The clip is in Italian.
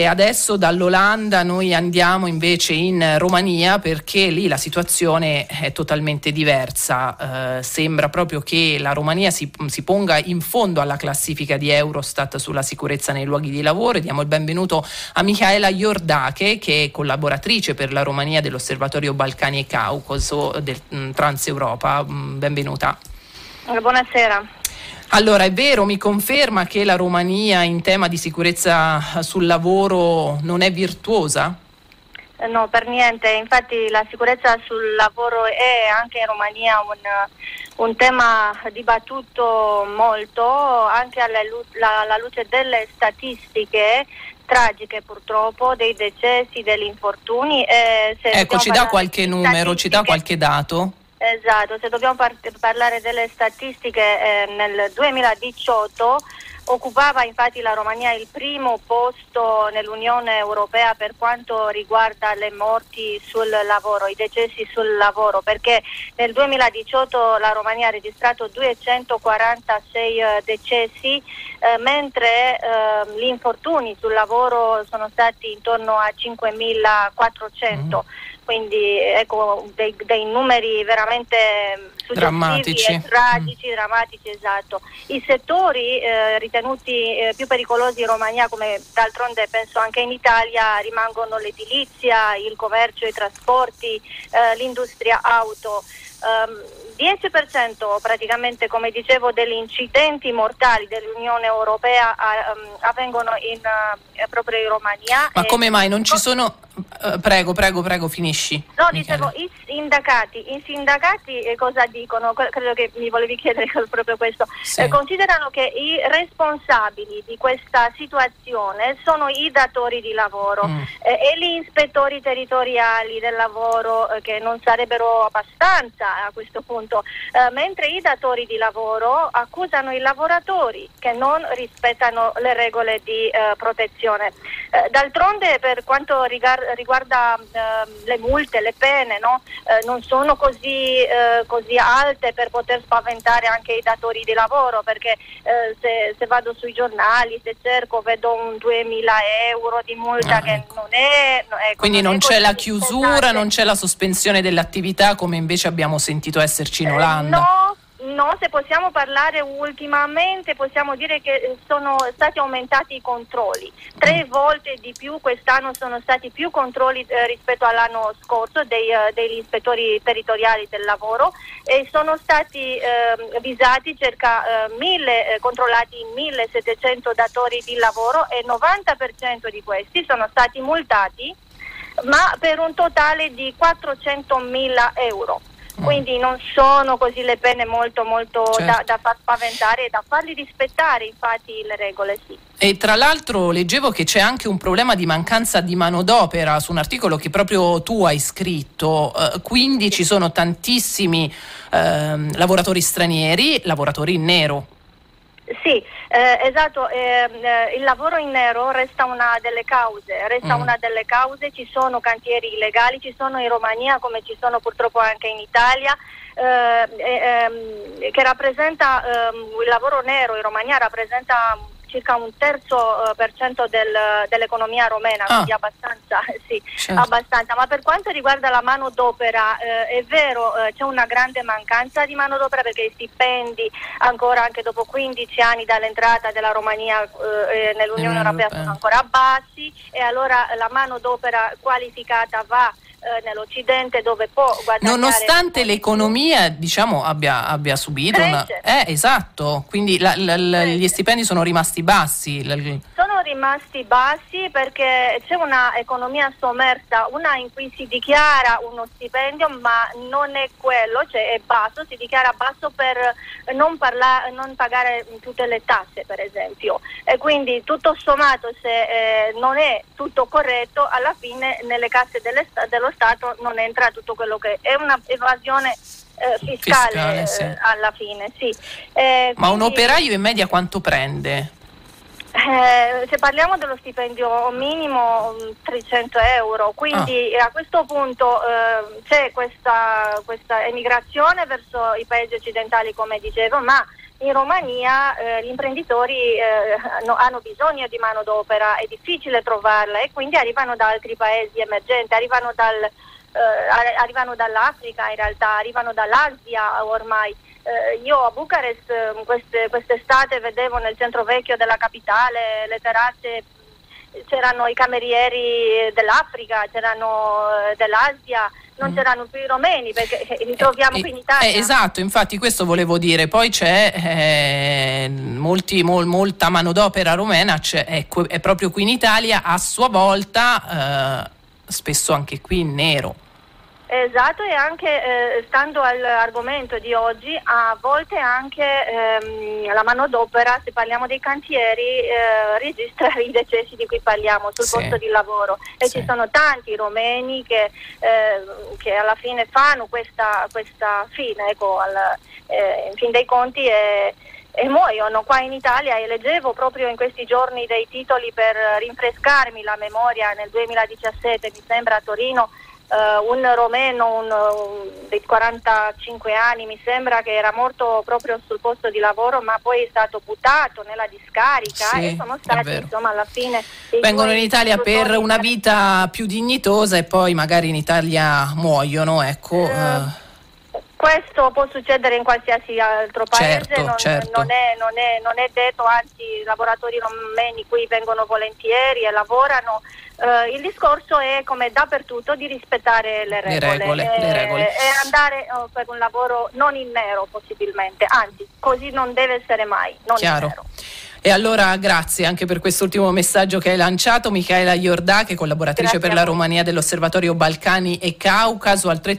E adesso dall'Olanda noi andiamo invece in Romania, perché lì la situazione è totalmente diversa. Sembra proprio che la Romania si ponga in fondo alla classifica di Eurostat sulla sicurezza nei luoghi di lavoro. E diamo il benvenuto a Mihaela Iordache, che è collaboratrice per la Romania dell'Osservatorio Balcani e Caucaso del Transeuropa. Benvenuta. Buonasera. Allora, è vero, mi conferma che la Romania in tema di sicurezza sul lavoro non è virtuosa? No, per niente. Infatti la sicurezza sul lavoro è anche in Romania un tema dibattuto molto, anche alla luce delle statistiche tragiche purtroppo, dei decessi, degli infortuni. Ecco, ci dà qualche numero, ci dà qualche dato? Esatto, se dobbiamo parlare delle statistiche, nel 2018 occupava infatti la Romania il primo posto nell'Unione Europea per quanto riguarda le morti sul lavoro, i decessi sul lavoro, perché nel 2018 la Romania ha registrato 246 decessi, mentre gli infortuni sul lavoro sono stati intorno a 5.400. Quindi ecco dei numeri veramente drammatici e tragici, drammatici, esatto. I settori ritenuti più pericolosi in Romania, come d'altronde penso anche in Italia, rimangono l'edilizia, il commercio, i trasporti, l'industria auto. 10% praticamente, come dicevo, degli incidenti mortali dell'Unione Europea avvengono proprio in Romania. Ma come mai non ci sono... Prego, finisci. No, dicevo, i sindacati cosa dicono? Credo che mi volevi chiedere proprio questo. Sì. Considerano che i responsabili di questa situazione sono i datori di lavoro e gli ispettori territoriali del lavoro, che non sarebbero abbastanza a questo punto, mentre i datori di lavoro accusano i lavoratori che non rispettano le regole di protezione. D'altronde, per quanto riguarda le multe, le pene, no? Non sono così alte per poter spaventare anche i datori di lavoro, perché se vado sui giornali, se cerco, vedo un 2.000 euro di multa, che non è... Quindi non c'è la chiusura, non c'è la sospensione dell'attività come invece abbiamo sentito esserci in Olanda. No, se possiamo parlare ultimamente, possiamo dire che sono stati aumentati i controlli. 3 volte di più quest'anno sono stati più controlli rispetto all'anno scorso degli ispettori territoriali del lavoro, e sono stati visati circa 1.000, controllati 1.700 datori di lavoro, e 90% di questi sono stati multati, ma per un totale di 400.000 euro. Quindi non sono così le pene molto certo. da far spaventare e da farli rispettare, infatti, le regole, sì. E tra l'altro leggevo che c'è anche un problema di mancanza di manodopera su un articolo che proprio tu hai scritto, quindi ci sono tantissimi lavoratori stranieri, lavoratori in nero. Sì, esatto, il lavoro in nero resta una delle cause, ci sono cantieri illegali, ci sono in Romania come ci sono purtroppo anche in Italia, che rappresenta il lavoro nero in Romania rappresenta circa 1/3% dell'economia romena, quindi abbastanza, sì, certo. Abbastanza. Ma per quanto riguarda la manodopera, è vero, c'è una grande mancanza di manodopera, perché i stipendi ancora, anche dopo 15 anni dall'entrata della Romania nell'Unione Europea, sono ancora bassi, e allora la manodopera qualificata va nell'Occidente, dove può guadagnare, nonostante l'economia, diciamo, abbia subito esatto, quindi gli stipendi sono rimasti bassi. Sono rimasti bassi perché c'è una economia sommersa, una in cui si dichiara uno stipendio, ma non è quello, cioè è basso, si dichiara basso per non pagare tutte le tasse, per esempio, e quindi tutto sommato, se non è tutto corretto, alla fine nelle casse dello Stato non entra tutto quello che è una evasione fiscale, sì. Alla fine, sì. Ma un operaio in media quanto prende? Se parliamo dello stipendio minimo 300 euro, quindi a questo punto c'è questa emigrazione verso i paesi occidentali, come dicevo, ma in Romania gli imprenditori hanno bisogno di manodopera, è difficile trovarla e quindi arrivano da altri paesi emergenti, arrivano dall'Africa in realtà, arrivano dall'Asia ormai. Io a Bucarest quest'estate vedevo nel centro vecchio della capitale le terrazze, c'erano i camerieri dell'Africa, c'erano dell'Asia, non c'erano più i romeni perché li troviamo qui in Italia. Esatto, infatti questo volevo dire. Poi c'è molta manodopera romena, è proprio qui in Italia, a sua volta spesso anche qui in nero. Esatto, e anche stando all'argomento di oggi, a volte anche la manodopera, se parliamo dei cantieri, registra i decessi di cui parliamo sul posto di lavoro e ci sono tanti romeni che alla fine fanno questa fine, ecco, in fin dei conti e muoiono qua in Italia. E leggevo proprio in questi giorni dei titoli per rinfrescarmi la memoria, nel 2017 mi sembra a Torino un romeno dei 45 anni mi sembra che era morto proprio sul posto di lavoro, ma poi è stato buttato nella discarica e sono stati insomma alla fine vengono in Italia per una vita più dignitosa e poi magari in Italia muoiono, ecco. Questo può succedere in qualsiasi altro paese, certo. Non è detto, anzi i lavoratori romeni qui vengono volentieri e lavorano. Il discorso è, come dappertutto, di rispettare le regole. E andare per un lavoro non in nero possibilmente, anzi così non deve essere mai, non Chiaro. in nero. E allora grazie anche per quest'ultimo messaggio che hai lanciato, Michaela Iordà, che è collaboratrice per la Romania dell'Osservatorio Balcani e Caucaso, al 3